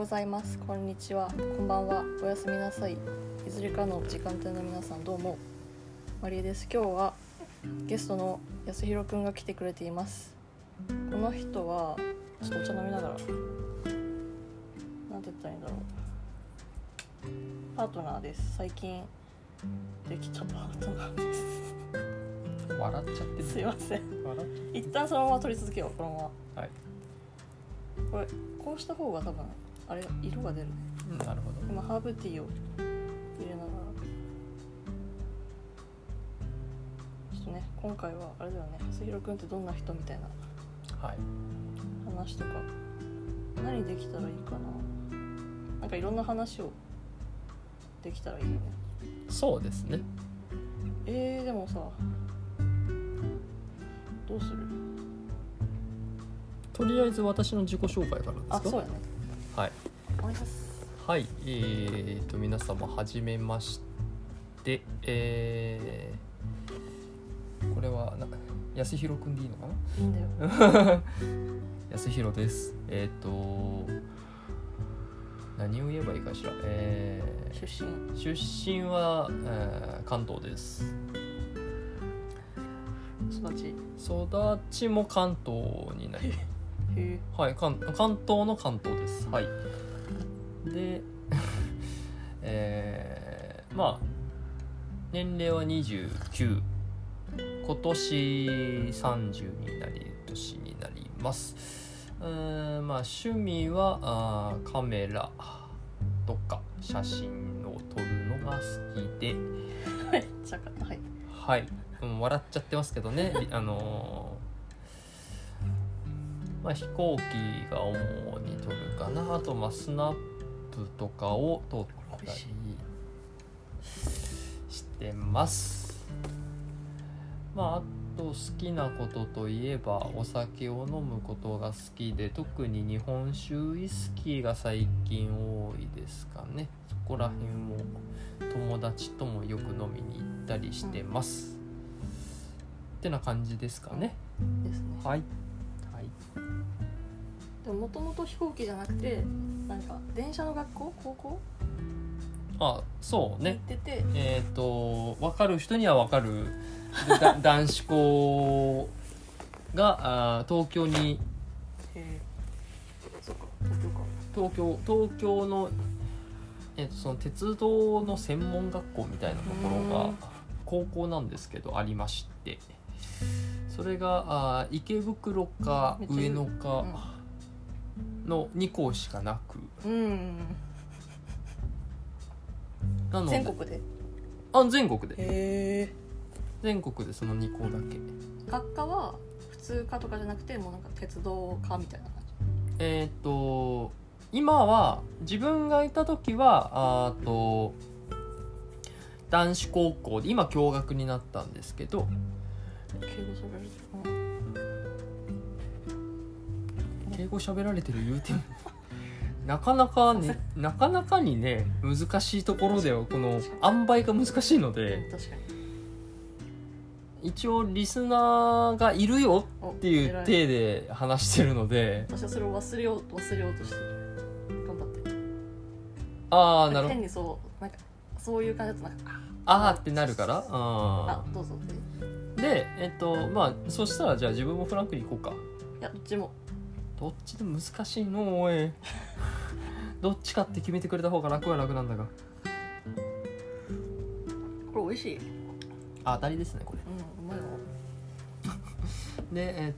ざいます。こんにちは。こんばんは。おやすみなさい。いずれかの時間帯の皆さんどうも。マリエです。今日はゲストの安弘くんが来てくれています。この人はちょっとお茶飲みながらなんて言ったらいいんだろう。パートナーです。最近できたパートナーです。 笑っちゃってる。 すいません。 笑っちゃ一旦そのまま取り続けよう。このまま。 はい。 これこうした方が多分あれ色が出るね。 なるほど。 今ハーブティーを入れながらちょっとね、今回はあれだよね、安弘くんってどんな人みたいなはい。 話とか何できたらいいかな、なんかいろんな話をできたらいいよね。 そうですね。 でもさ、どうする？ とりあえず私の自己紹介からですか。 あ、そうやね。 はい。 お願いします。 はい。皆様はじめまして。これは安弘くんでいいのかな？ いいんだよ。 安弘です。何を言えばいいかしら。出身は、関東です。育ちも関東になります。はい、関東の関東です。はい。で、まあ年齢は29、今年30になり年になります。まあ趣味はカメラとか写真を撮るのが好きで、 めっちゃはい。 はい、笑っちゃってますけどね。まあ、飛行機が主に撮るかな。あとスナップとかを撮ったりしてます。まああと好きなことといえばお酒を飲むことが好きで、特に日本酒ウイスキーが最近多いですかね。そこら辺も友達ともよく飲みに行ったりしてます、ってな感じですかね。 ですね。 はい。 でもともと飛行機じゃなくて、なんか電車の学校、高校？ あ、そうね。 行ってて、 分かる人には分かる男子校が東京に、 そっか、 東京の、その鉄道の専門学校みたいなところが高校なんですけどありまして、それが池袋か上野かの2校しかなく、なので全国で？ 全国で。全国でその2校だけ。 学科は普通科とかじゃなくて、もうなんか鉄道科みたいな感じ？ 今は自分がいた時は男子高校で、今共学になったんですけど、敬語喋られてる言うてもなかなかにね、難しいところではこの塩梅が難しいので、 確かに一応リスナーがいるよっていう体で話してるので、 私はそれを忘れようとしてる。頑張って。 なるほど。 変になんかそういう感じだとってなるから。 どうぞ。 で、まあそしたらじゃあ自分もフランクに行こうか。 いや、どっちも。 どっちでも難しいのおい。どっちかって決めてくれた方が楽は楽なんだが。 これ美味しい。 当たりですねこれ。 うまいわ。 で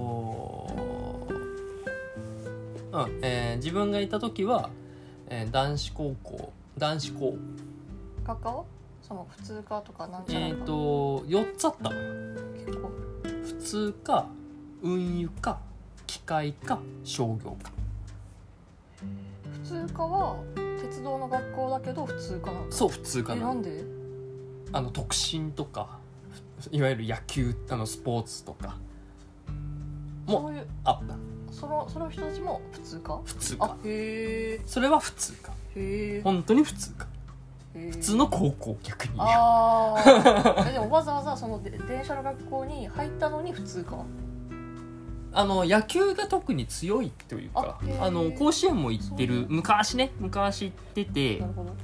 自分がいた時は、男子校。 学科はその普通科とかなんちゃらか。 4つあったのよ。 結構。 普通科、運輸科、機械科、商業科。 普通科は鉄道の学校だけど普通科なの？ そう、普通科なの。 なんで？ 特進とか、いわゆる野球、スポーツとかもあった。 その人たちも普通科？ 普通科。 へー。 それは普通科。本当に普通科。普通の高校、逆に。でもわざわざその電車の学校に入ったのに普通科？ 野球が特に強いというか甲子園も行ってる昔行っててなるほど。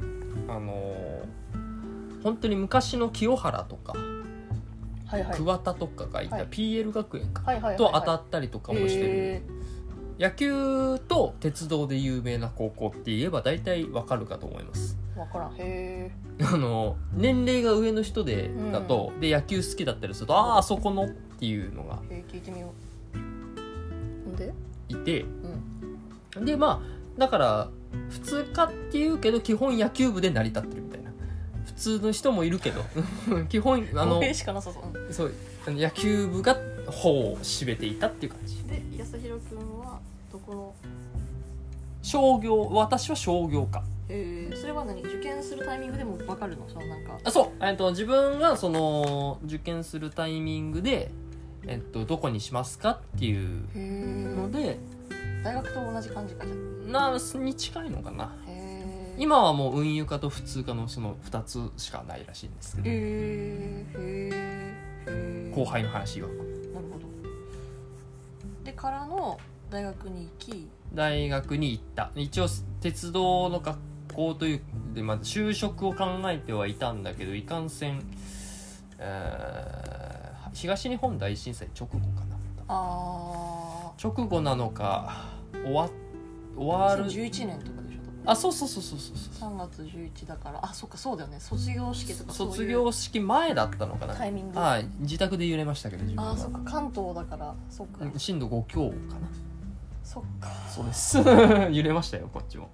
本当に昔の清原とか、 はいはい、 桑田とかがいた PL 学園か、 はいはいはいはい、 と当たったりとかもしてる、野球と鉄道で有名な高校って言えば大体わかるかと思います。 わからん。へ年齢が上の人でだと、で野球好きだったりするとあそこのっていうのが聞いてみよう。んでいて、でまあだから普通かっていうけど基本野球部で成り立ってるみたいな普通の人もいるけど基本しかなさそう。 そう野球部が頬を占めていたっていう感じで安弘くんはどこの商業私は商業科。 それは何受験するタイミングでも分かるの？そのなんかそう自分がその受験するタイミングでどこにしますかっていうので大学と同じ感じかじゃに近いのかな。今はもう運輸科と普通科のその2つしかないらしいんですけど、後輩の話は。なるほど。でからの大学に行き大学に行った。一応鉄道の学校というで、まず就職を考えてはいたんだけどいかんせん、東日本大震災直後かな。直後なのか終わる 2011年とかでしょ。そう 3月11だからそっかそうだよね。卒業式とか卒業式前だったのかなタイミング。 自宅で揺れましたけど自分は。 そっか関東だからそっか震度5強かな。 そっかそうです揺れましたよこっちも。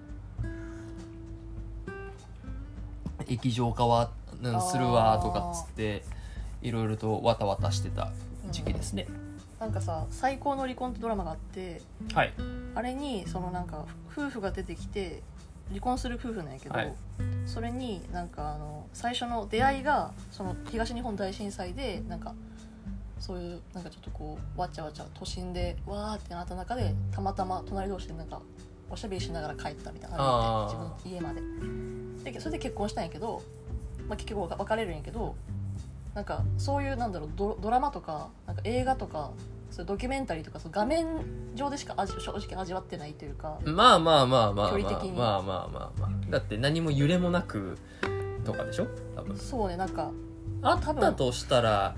液状化はするわとかっつっていろいろとわたわたしてた時期ですね。 なんかさ最高の離婚ってドラマがあって、あれにそのなんか夫婦が出てきて離婚する夫婦なんやけど、それになんか最初の出会いがその東日本大震災でなんかそういうなんかちょっとこうわちゃわちゃ都心でわーってなった中でたまたま隣同士でなんかおしゃべりしながら帰ったみたいな自分の家まででそれで結婚したんやけど、結局別れるんやけどなんかそういうなんだろうドラマとかなんか映画とかそういうドキュメンタリーとかそう画面上でしか正直味わってないというか距離的にだって何も揺れもなくとかでしょ多分。 そうねなんかあったとしたら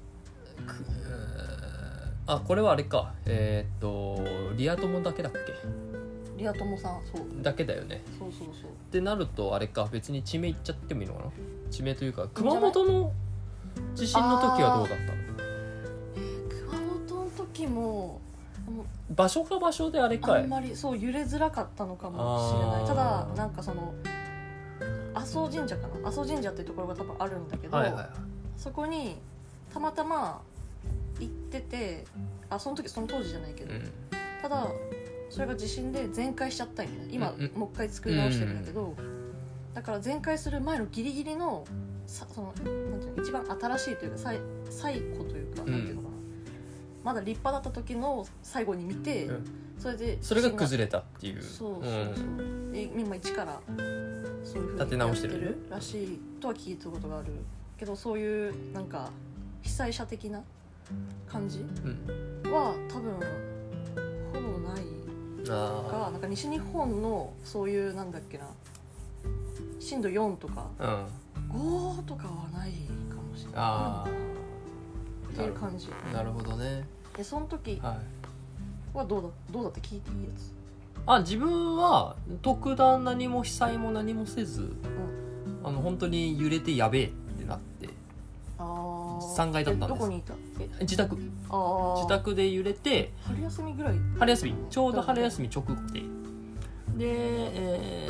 これはあれかリア友だけだっけ。 リア友さんそうだけだよね。そうってなるとあれか別に地名言っちゃってもいいのかな。地名というか熊本の地震の時はどうだったの？ 熊本の時も場所か場所であれかいあんまりそう揺れづらかったのかもしれない。ただなんかその阿蘇神社かな、阿蘇神社っていうところが多分あるんだけど、そこにたまたま行っててその当時じゃないけど、ただそれが地震で全壊しちゃったんよね。今、もう一回作り直してるんだけど、だから全壊する前のギリギリのそのなんていうの一番新しいというか最古というか、なんていうのかな、まだ立派だった時の最後に見て、それが崩れたっていう。 今一からそういう風に立て直してるらしいとは聞いたことがあるけど、そういうなんか被災者的な感じは多分ほぼないか、なんか西日本のそういうなんだっけな震度4とか、5とかはないかもしれないっていう感じ。 なるほどね。 でその時はどうだって聞いていいやつ？ 自分は特段何も被災も何もせず、本当に揺れてやべえってなって3階だったんです。 どこにいた？ 自宅で揺れて春休みぐらい？ 春休みちょうど春休み直後で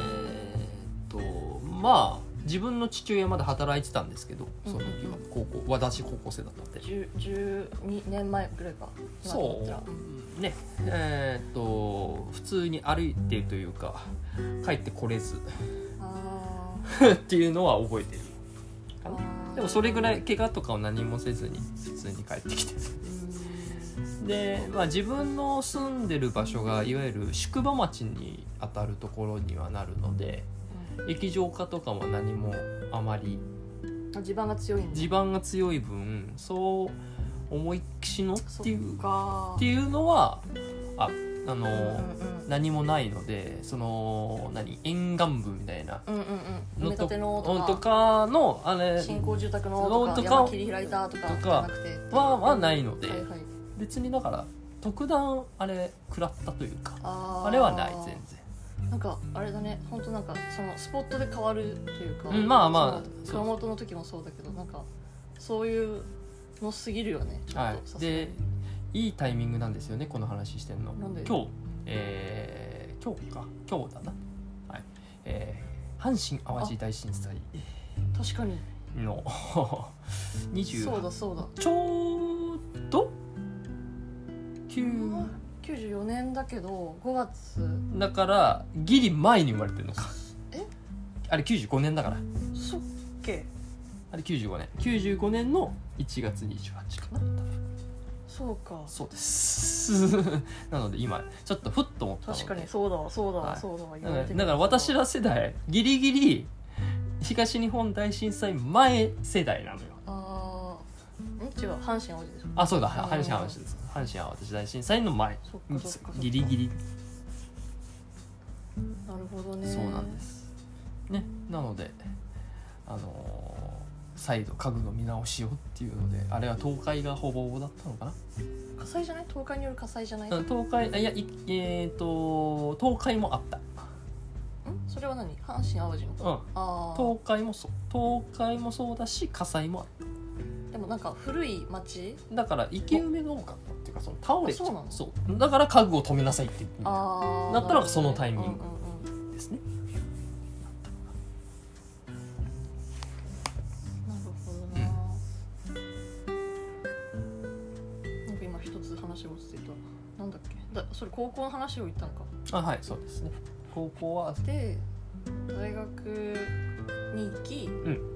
自分の父親まだ働いてたんですけど、その時は私高校生だったんで 12年前ぐらいか。 そうね、普通に歩いてというか帰ってこれずっていうのは覚えてるかな。でもそれぐらい怪我とかを何もせずに普通に帰ってきてで、自分の住んでる場所がいわゆる宿場町に当たるところにはなるので、液状化とかも何もあまり地盤が強い分そう重い岸のっていうそっかっていうのはうんうん何もないので、その沿岸部みたいなうんうんうん埋め立てのとかのあれ新興住宅のとか山切り開いたとかじゃなくてはないので、 はいはい、 別にだから特段あれ食らったというかあれはない全然。 なんかあれだね、本当なんかそのスポットで変わるというか、 まあまあその熊本の時もそうだけど、なんかそういうの過ぎるよねちょっと、 はい、 さすがにでいいタイミングなんですよねこの話してんの。 なんで今日、今日だな、はい阪神・淡路大震災確かにの20 そうだそうだちょうど 94年だけど5月だからギリ前に生まれてるのか。あれ95年だから。 そっけ。 あれ95年の1月28かな多分。 そうかそうですなので今ちょっとふっと思ったので、 確かにそうだそうだ、 はい、 そうだ言われてみだから私ら世代ギリギリ東日本大震災前世代なのよ。 違う阪神・淡路でしょ。 あ、そうだ、阪神・淡路です。阪神・淡路大震災の前。 そっかそっかギリギリ。 なるほどね。 そうなんですね。なので再度家具の見直しをっていうので、あれは倒壊がほぼほぼだったのかな。 火災じゃない？倒壊による火災じゃない？ 倒壊倒壊もあった。 それは何？阪神・淡路の。 倒壊もそうだし火災もあった。 でもなんか古い町だから生き埋めが多かったっていうか、その倒れちゃう。 そうなの？ そうだから家具を止めなさいって言ってだったらそのタイミングですね。 なるほどな。なんか今一つ話を落ちていた。なんだっけ？それ高校の話を言ったのか。 はい、そうですね。高校はで大学に行き、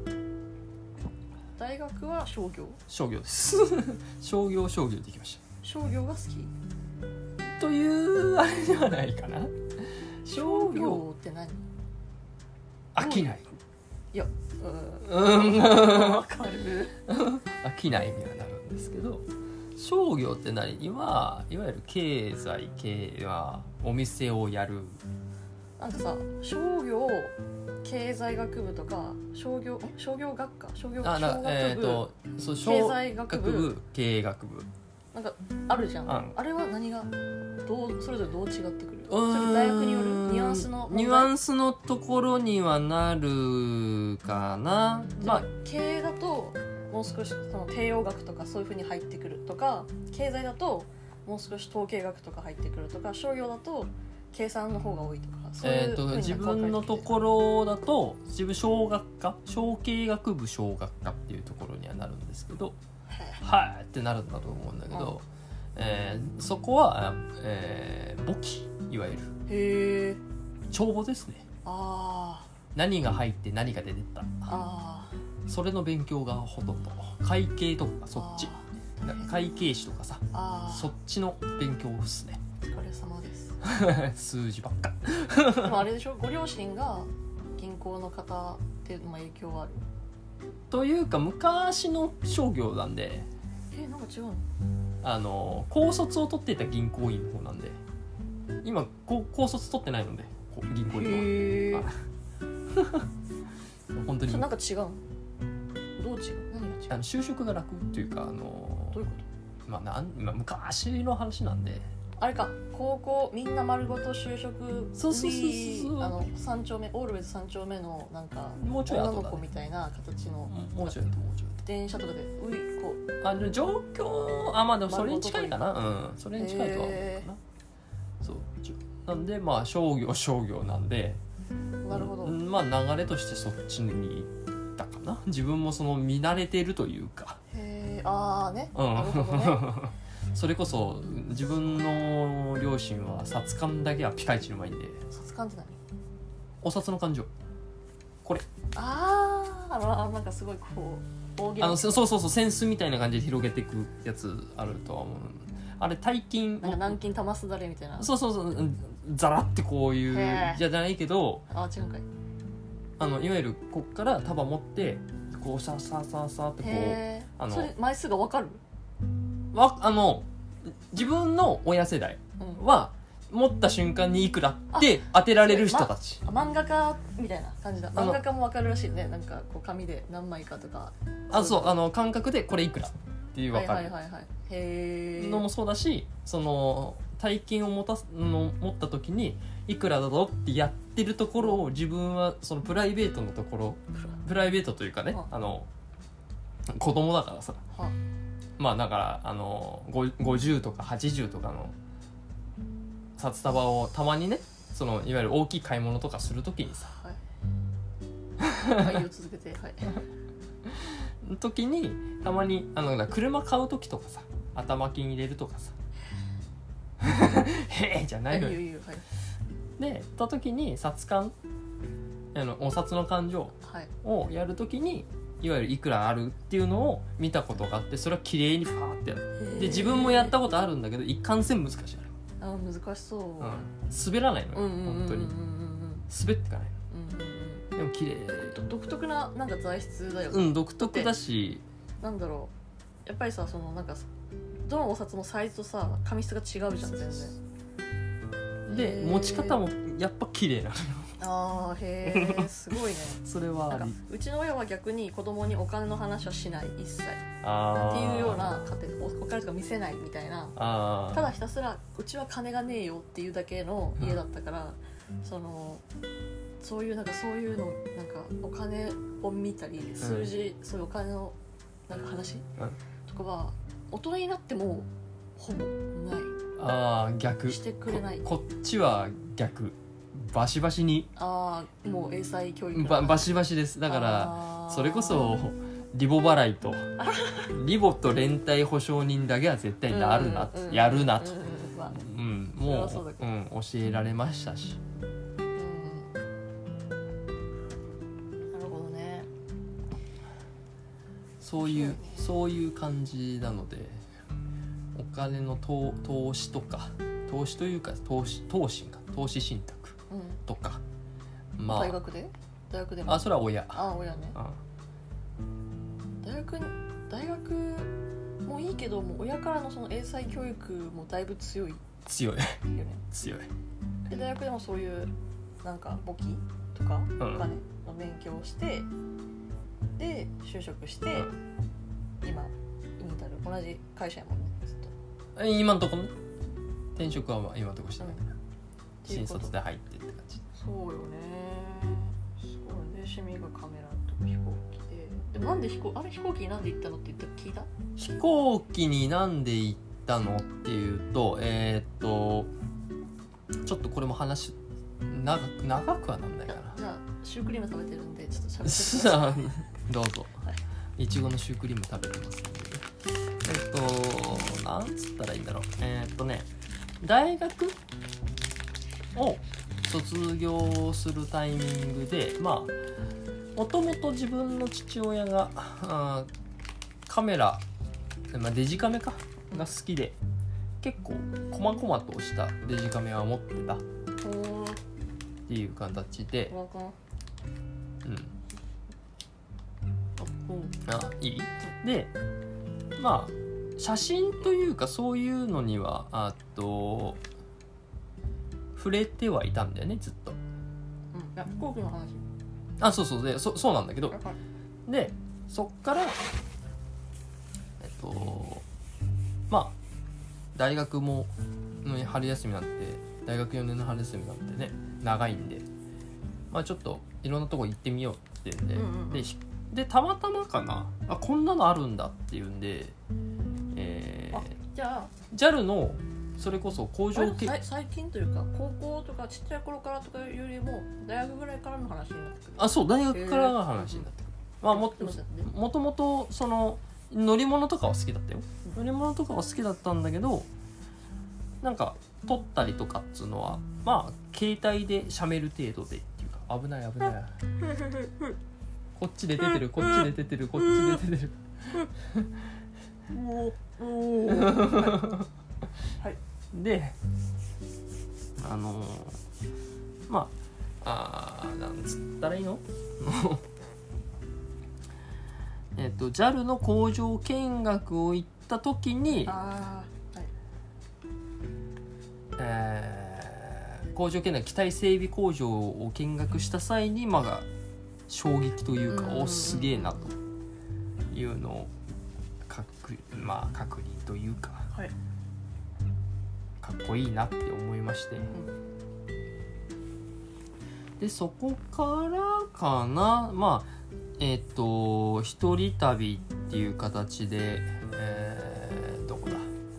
大学は商業です商業で行きました。 商業が好きというあれではないかな。 商業って何？ 飽きない。 いやわかる飽きないにはなるんですけど、商業って何？いわゆる経済系はお店をやる。 なんかさ、商業経済学部とか商業学科商業学部そう経済学部経営学部なんかあるじゃん、あれは何がそれぞれどう違ってくる？それ大学によるニュアンスのところにはなるかな。 まあ経営だともう少しその帝王学とかそういう風に入ってくるとか、経済だともう少し統計学とか入ってくるとか、商業だと計算の方が多いとか、そういう風に自分のところだと小経学部小学科っていうところにはなるんですけど、はいってなるんだと思うんだけど、そこは、簿記、いわゆる帳簿ですね。何が入って何が出てったそれの勉強がほとんど。会計とかそっち会計士とかさ、そっちの勉強ですね。 お疲れ様です数字ばっかでもあれでしょ、ご両親が銀行の方っていうのも影響はあるというか、昔の商業なんで、 なんか違うの高卒を取っていた銀行員の方なんで、今高卒取ってないので銀行員は本当になんか違うの？どう違う？何が違う？ 就職が楽っていうか、どういうこと？ 昔の話なんで、 あれか、高校みんな丸ごと就職そう 3丁目オールウェイズ3丁目のなんかもうちょい女の子みたいな形のもうちょい電車とかでこう状況まあでもそれに近いかな。それに近いとは思うかな。そうなんで商業なんで、 なるほど。 流れとしてそっちに行ったかな。自分もその見慣れてるというか、 ね、なるほどねそれこそ自分の両親は札勘だけはピカイチのうまいんで。 札勘って何？ お札の勘定、これなんかすごいこう大喜利、 そう扇子みたいな感じで広げていくやつあるとは思う。あれ大金なんか南京玉すだれみたいな、 そうザラってこういうじゃないけど、 違うかい、 いわゆるこっから束持ってこうさってこうそれ枚数が分かる？ 自分の親世代うんは持った瞬間にいくらって当てられる人たち、 漫画家みたいな感じだ。漫画家も分かるらしいね。なんかこう紙で何枚かとか。 そう感覚でこれいくらっていう分かるへのもそうだし、その大金を持った時にいくらだろってやってるところを自分はそのプライベートのところ、プライベートというかね、子供だからさ、まあだから50とか80とかの札束をたまにね、そのいわゆる大きい買い物とかするときにさ、 はいを続けて時にたまに車買う時とかさ、頭金入れるとかさへえじゃないのよ。でた時に札勘、お札の勘定をやる時にいわゆるいくらあるっていうのを見たことがあって、それは綺麗にファーってやる。で自分もやったことあるんだけど、一貫性難しいあれ。 難しそう、 滑らないのよ、本当に滑ってかないの、でも綺麗。 独特ななんか材質だよね。 独特だし、 なんだろう、やっぱりさ、そのなんかどのお札もサイズとさ紙質が違うじゃん、全然。 で持ち方もやっぱ綺麗なのよ。 へえすごいねそれはなんかうちの親は逆に子供にお金の話はしない、一切っていうような家庭、お金とか見せないみたいな、ただひたすらうちは金がねえよっていうだけの家だったから、そういうのなんかお金を見たり数字、そういうお金のなんか話、とかは大人になってもほぼない。 逆してくれない。 こっちは逆、バシバシに。 もう英才教育バシバシです。だからそれこそリボ払いとリボと連帯保証人だけは絶対なるな、やるなと、もう教えられましたし。 なるほどね。 そういう感じなので、お金の投資とか、投資というか投資信託とか、 大学でもそれは親親ね。大学もいいけども、親からのその英才教育もだいぶ強いよね。強いで大学でもそういうなんか簿記とかお金の勉強をして、で就職して、今に至る。同じ会社やもんね、ずっと。 今のところね、転職は今のところしてない、新卒で入ってって感じ。 そうよね。そうで、趣味がカメラと飛行機で。でもなんで飛行機になんで行ったのって聞いた？ 飛行機になんで行ったのっていうと、ちょっとこれも話長くはなんないかな。 じゃあシュークリーム食べてるんでちょっと喋ってください。 どうぞ。いちごのシュークリーム食べてますんで。なんつったらいいんだろう。大学を卒業するタイミングで、もともと自分の父親がカメラ、デジカメが好きで、結構細々としたデジカメは持ってたっていう形で、いい？で、写真というかそういうのには触れてはいたんだよね、ずっと。 飛行機の話。 そうで、そうなんだけど、でそっから大学も春休みなんて、大学4年の春休みなんてね、長いんで、ちょっといろんなとこ行ってみようってんで、でたまたまかな、こんなのあるんだっていうんで、 じゃあ JAL のそれこそ工場最近というか、高校とかちっちゃい頃からとかよりも大学ぐらいからの話になってくる。 そう、大学からの話になってくる。もともとその乗り物とかは好きだったよ。乗り物とかは好きだったんだけど、なんか撮ったりとかっつうのは携帯でしゃべる程度でっていうか、危ないこっちで出てる、こっちで出てる、こっちで出てるで、なんつったらいいのJAL の工場見学を行っった時に、工場見学機体整備工場を見学した際に、まあ、衝撃というか、おすげえなというのを確認というか、 はい、 かっこいいなって思いまして、でそこからかな、まあ一人旅っていう形で、どこ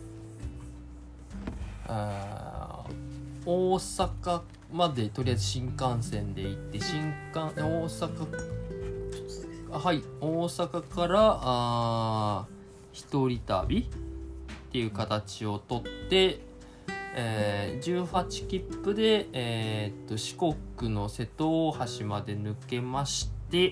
だ、大阪までとりあえず新幹線で行って、大阪から一人旅っていう形をとって、18切符で、四国の瀬戸大橋まで抜けまして、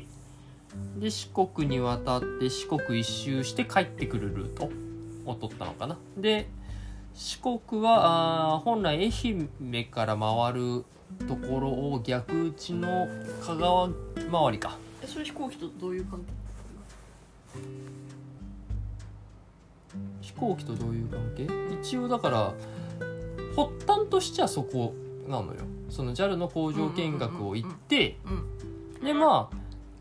で四国に渡って四国一周して帰ってくるルートを取ったのかな。で四国は本来愛媛から回るところを逆打ちの香川回りか。 それ飛行機とどういう関係？ 飛行機とどういう関係？一応だから発端としてはそこなのよ。その JAL の工場見学を行って、でまあ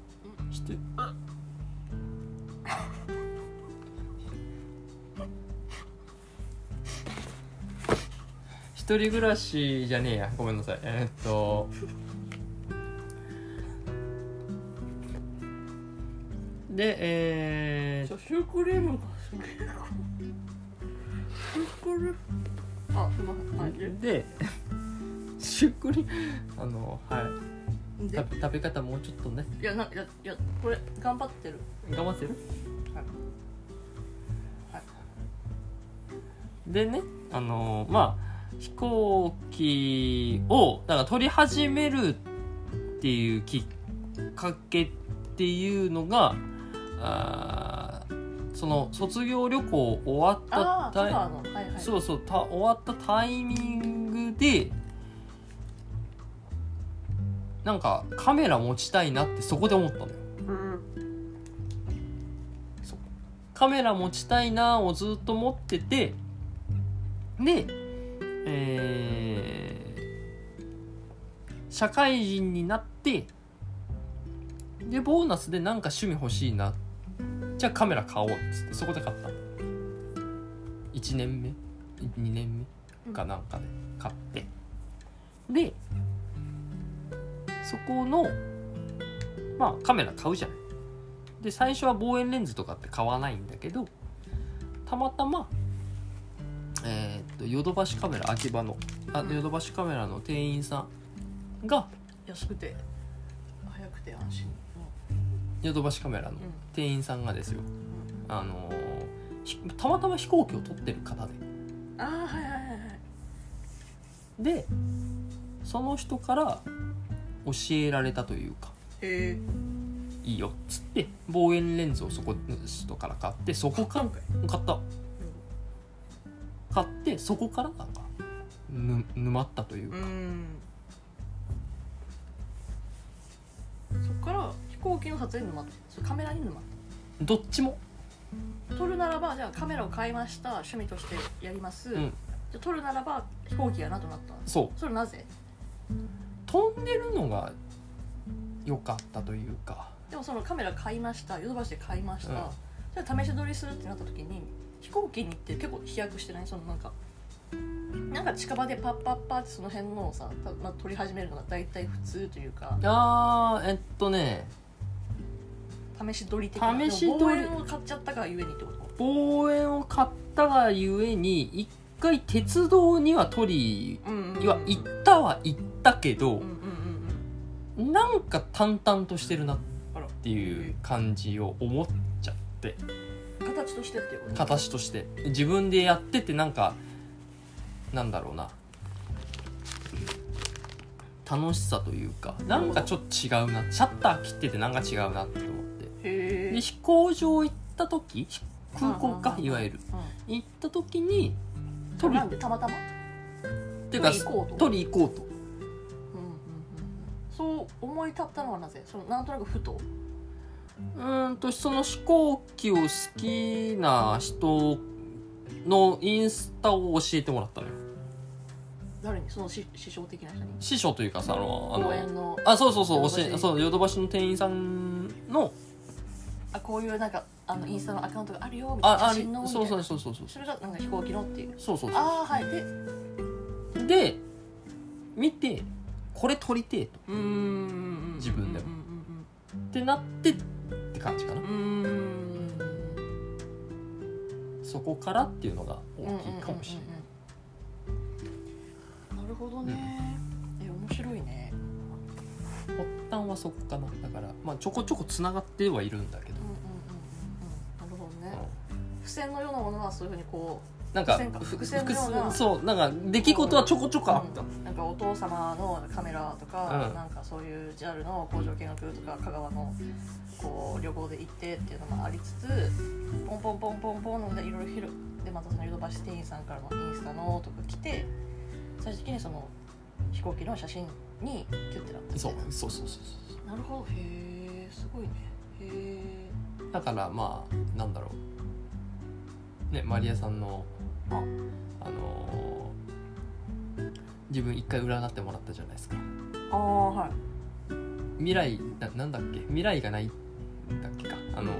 一人暮らしじゃねえや、ごめんなさい。でシュークリームがすげえ。シュークリーム。 でシュークリームはい。食べ方もうちょっとね。 いやこれ頑張ってる。 頑張ってる。 はい。 でね、まあ飛行機をだから取り始めるっていうきっかけっていうのが、その卒業旅行終わった終わったタイミングでなんかカメラ持ちたいなってそこで思ったのよ。カメラ持ちたいなをずっと持ってて、で、社会人になってでボーナスでなんか趣味欲しいな、じゃあカメラ買おうっつってそこで買った。1年目2年目かなんかで買って、でそこのまあカメラ買うじゃない。で最初は望遠レンズとかって買わないんだけど、たまたまヨドバシカメラ秋葉のヨドバシカメラの店員さんが安くて早くて安心のヨドバシカメラの店員さんがですよ、たまたま飛行機を撮ってる方で、でその人から教えられたというか、いいよっつって望遠レンズをそこの人から買って、そこから買ってそこからなんか沼ったというか、 そこから飛行機の撮影に沼って、カメラに沼って、 どっちも撮るならばじゃあカメラを買いました、趣味としてやります、じゃあ撮るならば飛行機やなとなった。それなぜ？ 飛んでるのが良かったというか。 でもそのカメラ買いました、ヨドバシで買いました、じゃあ試し撮りするってなった時に飛行機に行って結構飛躍してない？そのなんか近場でパッパッパってその辺のさ、撮り始めるのが大体普通というか、試し撮り的な。望遠を買っちゃったがゆえにってこと？望遠を買ったがゆえに一回鉄道には取りは行ったけど、なんか淡々としてるなっていう感じを思っちゃって、 形としてっていうこと？ 形として自分でやっててなんだろうな、楽しさというか、なんかちょっと違うな、シャッター切っててなんか違うなって思って、で飛行場行った時、空港かいわゆる行った時になんでたまたまっていうか取り行こうと、 そう思い立ったのはなぜ？なんとなくふとその飛行機を好きな人のインスタを教えてもらったのよ。 誰に？その師匠的な人に？ 師匠というかさ、 公園のそうヨドバシの店員さんのこういうなんかインスタのアカウントがあるよみたいな写真のみたいな。 そうそれじゃなんか飛行機のっていう。 そうはいで見てこれ撮りてえと自分でもってなってって感じかな。そこからっていうのが大きいかもしれない。 なるほどね。面白いね。 発端はそこかな。だからまあちょこちょこつながってはいるんだけど、 なるほどね。付箋のようなものはそういうふうにこうなんか伏線のような、 そうなんか出来事はちょこちょこあった、 なんかお父様のカメラとか、なんかそういう JAL の工場見学とか香川のこう旅行で行ってっていうのもありつつ、ポンポンポンポンポンのでいろいろ広でまたそのヨドバシ店員さんからのインスタのとか来て、最終的にその飛行機の写真にキュッてなったみたいな。 そうなるほど。へえ、すごいね。へえ。 だからまあなんだろうね、マリアさんの自分一回占ってもらったじゃないですか。 はい。 未来なんだっけ、未来がないんだっけか、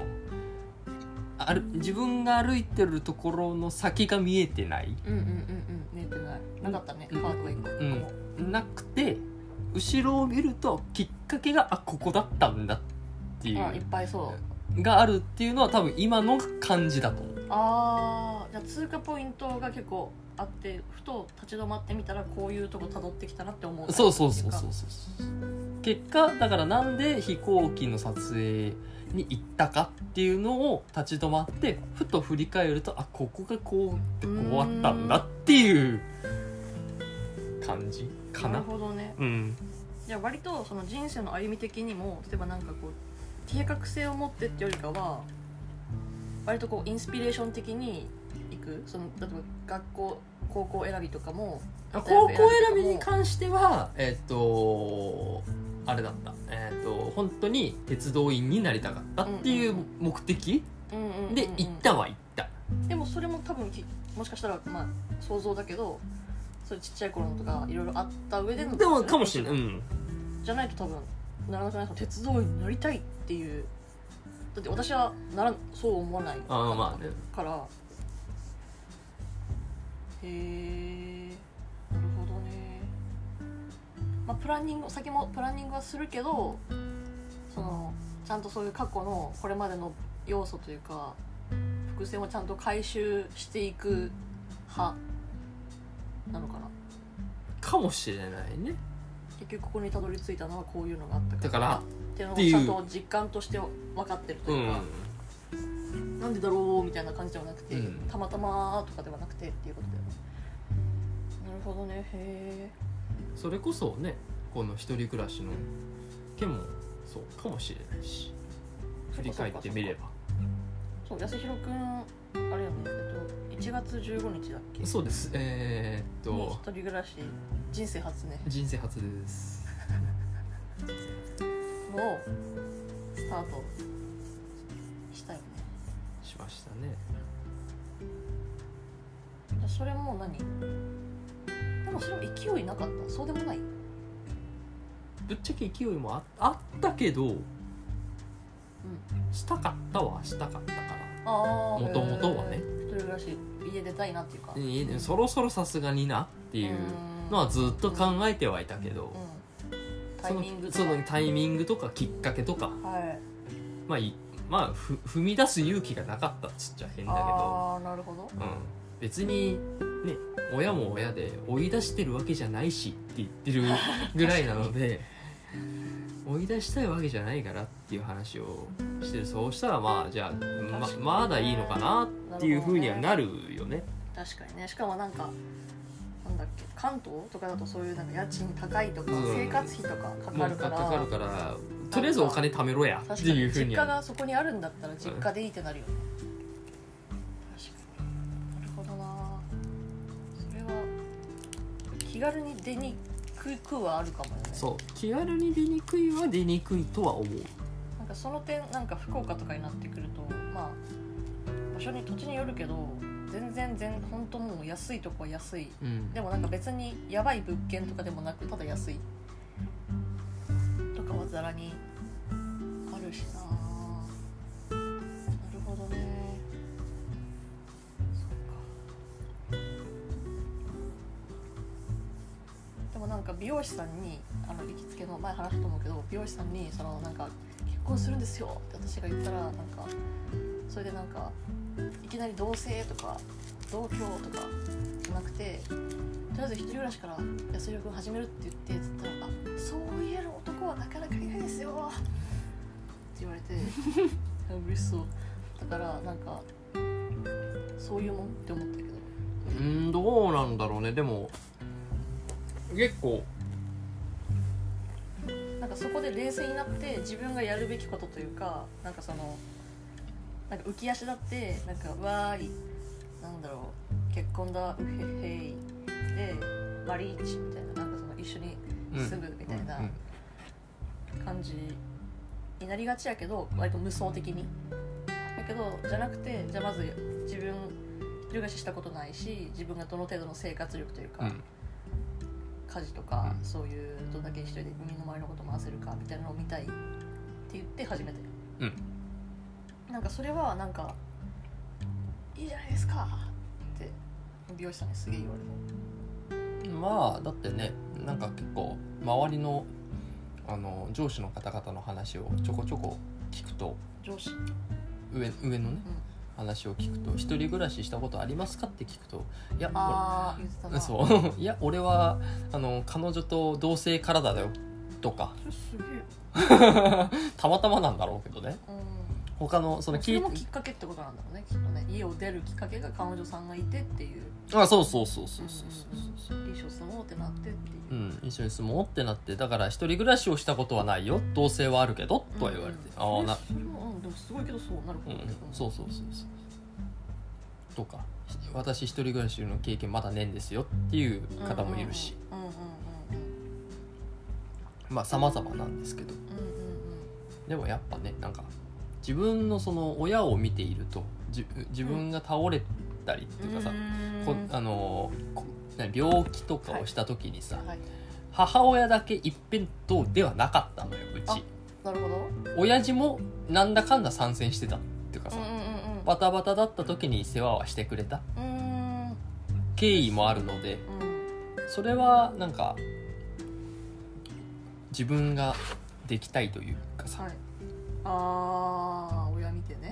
自分が歩いてるところの先が見えてない。 見えてない。なかったね、カードが1個も。 なくて後ろを見るときっかけがここだったんだっていう、 いっぱいそうがあるっていうのは多分今の感じだと思う。 じゃあ通過ポイントが結構あって、ふと立ち止まってみたらこういうとこ辿ってきたなって思う。 そう結果だからなんで飛行機の撮影に行ったかっていうのを立ち止まってふと振り返ると、ここがこうってこうあったんだっていう感じかな。 なるほどね。じゃあ割とその人生の歩み的にも、例えばなんかこう計画性を持ってってよりかは割とこうインスピレーション的にいく。その例えば学校高校選びとかも、 高校選びに関してはあれだった、本当に鉄道員になりたかったっていう目的で行ったは行った。 でもそれも多分もしかしたらまあ想像だけど、そういうちっちゃい頃のとかいろいろあった上でのでもかもしれない、 じゃないと多分ならなくない。鉄道員になりたいっていう、だって私はそう思わないからへえ、なるほどね。まあ先もプランニングはするけど、そのちゃんとそういう過去のこれまでの要素というか伏線をちゃんと回収していく派なのかな。 かもしれないね。 結局ここにたどり着いたのはこういうのがあったからっていうのをちゃんと実感として分かってるというか、なんでだろうみたいな感じではなくて、たまたまとかではなくてっていうことだよね。なるほどね。へえ。 それこそね、この一人暮らしの件もそうかもしれないし、振り返ってみれば。 そう安弘くんあれよね、1月15日だっけ。 そうです。 に一人暮らし人生初ね。 人生初です。 もうスタートしたよね。 しましたね。 じゃあそれも何？でもそれも勢いなかった？そうでもない？ ぶっちゃけ勢いもあったけど、したかったからもともとはね、 一人暮らし家出たいなっていうか、 そろそろさすがになっていうのはずっと考えてはいたけど、 タイミングとかそのタイミングとかきっかけとか、まあ踏み出す勇気がなかったっつっちゃ変だけど、 なるほど、 別にね、親も親で追い出してるわけじゃないしって言ってるぐらいなので追い出したいわけじゃないからっていう話をしてる。そうしたらまあじゃあ まだいいのかなっていう風にはなるよね。 確かにね。しかもなんかなんだっけ、関東とかだとそういうなんか家賃高いとか、生活費とかかかるからとりあえずお金貯めろやっていう風に。 実家がそこにあるんだったら実家でいいってなるよね。確かに。なるほどな。それは気軽に出にくはあるかもよね。 そう、気軽に出にくいは出にくいとは思う。 なんかその点なんか福岡とかになってくるとまあ場所に土地によるけど全然本当もう安いとこは安い、でもなんか別にやばい物件とかでもなくただ安いとかはざらにあるしな。なるほどね。そっか。でもなんか美容師さんに行きつけの前話したと思うけど、美容師さんにそのなんか結婚するんですよって私が言ったらなんかそれでなんかいきなり同棲とか同居とかじゃなくてとりあえず一人暮らしから安弘くん始めるって言ってつったらそう言える男はなかなかいないですよって言われて嬉しそうだからなんかそういうもんって思ったけどどうなんだろうね。でも結構なんかそこで冷静になって自分がやるべきことというかなんかそのなんか浮き足立ってなんかわーいなんだろう結婚だうへへいでマリーチみたいななんかその一緒に住むみたいな感じになりがちやけど割と無双的にだけどじゃなくてじゃあまず自分一人暮らししたことないし自分がどの程度の生活力というか、家事とか、そういうどんだけ一人で身の回りのこと回せるかみたいなのを見たいって言って始めて、なんかそれはなんかいいじゃないですかって美容師さんにすげえ言われた。 まあだってねなんか結構周りの上司の方々の話をちょこちょこ聞くと上司上のね、話を聞くと一人暮らししたことありますかって聞くといや言ってたなそういや俺は彼女と同棲からだよとかすげえたまたまなんだろうけどね、他のそれもきっかけってことなんだろうねきっとね。家を出るきっかけが彼女さんがいてっていうそう一緒に住もうってなってっていう、 一緒に住もうってなってだから一人暮らしをしたことはないよ同棲はあるけどとは言われて、 それもでもすごいけどそうなるほどね、 そうとか私一人暮らしの経験まだねえんですよっていう方もいるし、まあ様々なんですけど、でもやっぱねなんか自分のその親を見ていると自分が倒れたりっていうかさ、病気とかをした時にさ、母親だけ一辺倒ではなかったのようち。 なるほど。 親父もなんだかんだ参戦してたっていうかさ、バタバタだった時に世話はしてくれた経緯もあるので、それはなんか自分ができたいというかさ、 親見てね、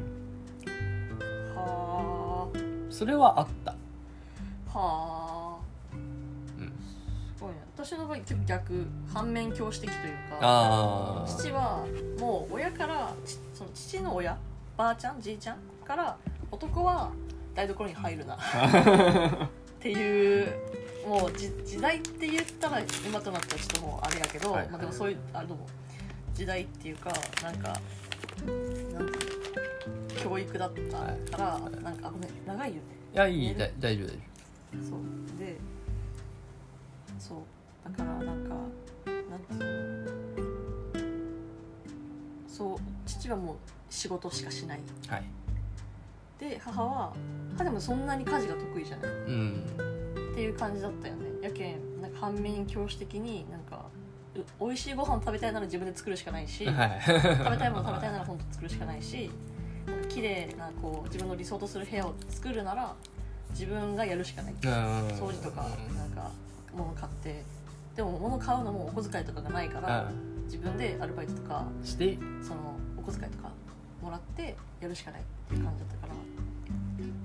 それはあった。 すごいね。私の場合結構逆反面教師的というか、父はもう親からその父の親ばあちゃんじいちゃんから男は台所に入るなっていうもう時代って言ったら今となってはちょっともうあれやけど、でもそういう時代っていうかなんていう教育だったから、なんかごめん長いよね。 いやいい大丈夫そうでそうだからなんかなんていうのそう父はもう仕事しかしない、で母でもそんなに家事が得意じゃない、っていう感じだったよね。やけんなんか反面教師的になんか美味しいご飯食べたいなら自分で作るしかないし、食べたいもの食べたいなら本当作るしかないし、なんか綺麗なこう自分の理想とする部屋を作るなら自分がやるしかない。掃除とかなんか物買って、でも物買うのもお小遣いとかがないから、自分でアルバイトとかしてそのお小遣いとかもらってやるしかないっていう感じだったから、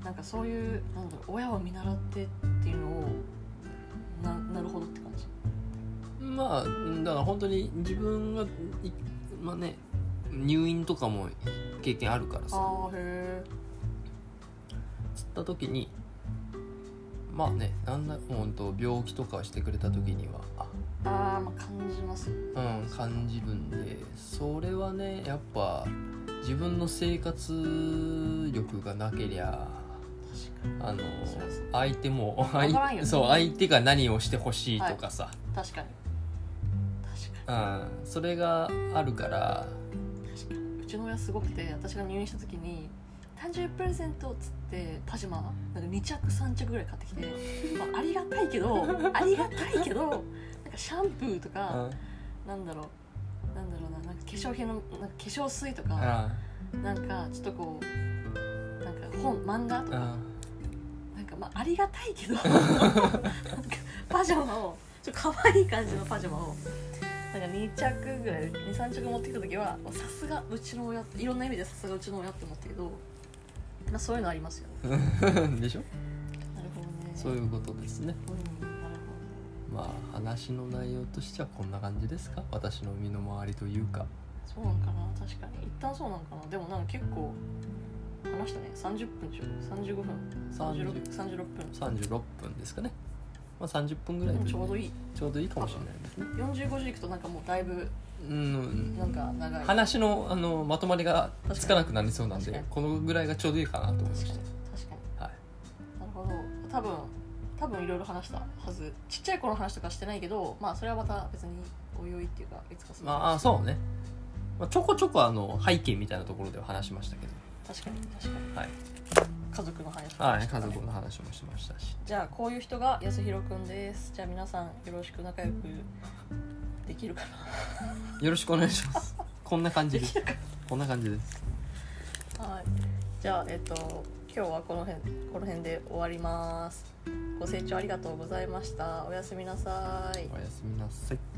なんかそういうなんだろう親を見習ってっていうのをなるほどって感じ。 まあだから本当に自分がまあね入院とかも経験あるからさ、つった時にまあねなんだ本当病気とかしてくれた時にはまあ感じます。 感じるんで、それはねやっぱ自分の生活力がなけりゃ相手も相手が何をしてほしいとかさ、 確かにそれがあるからちの親すごくて、私が入院した時に誕生日プレゼントっつってパジャマなんか2着3着ぐらい買ってきて、まあ、ありがたいけどなんかシャンプーとか、なんだろうな、なんか化粧品のなんか化粧水とか、なんかちょっとこうなんか漫画とか、なんかまあありがたいけどなんかパジャマをちょっと可愛い感じのパジャマをなんか2着ぐらい 2,3 着持ってきた時はさすがうちの親、いろんな意味でさすがうちの親って思ったけど、まあ、そういうのありますよねでしょ。 なるほどね、 そういうことですね。 なるほどね。 まあ話の内容としてはこんな感じですか。私の身の回りというか。 そうなんかな、確かに一旦そうなんかな。でもなんか結構話したね。30分でしょ、35分36分 36分ですかね。まあ、30分ぐらいでちょうどいいかもしれないですね。 45時いくとなんかもうだいぶなんか長い、 話のまとまりがつかなくなりそうなんで、このぐらいがちょうどいいかなと思いました。 確かに、はい、なるほど。多分いろいろ話したはず。ちっちゃい頃の話とかしてないけど、まあそれはまた別においおいっていうかいつかする。 まあそうね、まあ、ちょこちょこ背景みたいなところでは話しましたけど。 確かに、 はい、 家族の話もしはい、家族の話もしましたし。 じゃあこういう人が安弘くんです。じゃあ皆さんよろしく仲良くできるかな。 よろしくお願いしますこんな感じです。こんな感じです。 はい、じゃあ今日はこの辺で終わります。ご清聴ありがとうございました。おやすみなさい。 おやすみなさい。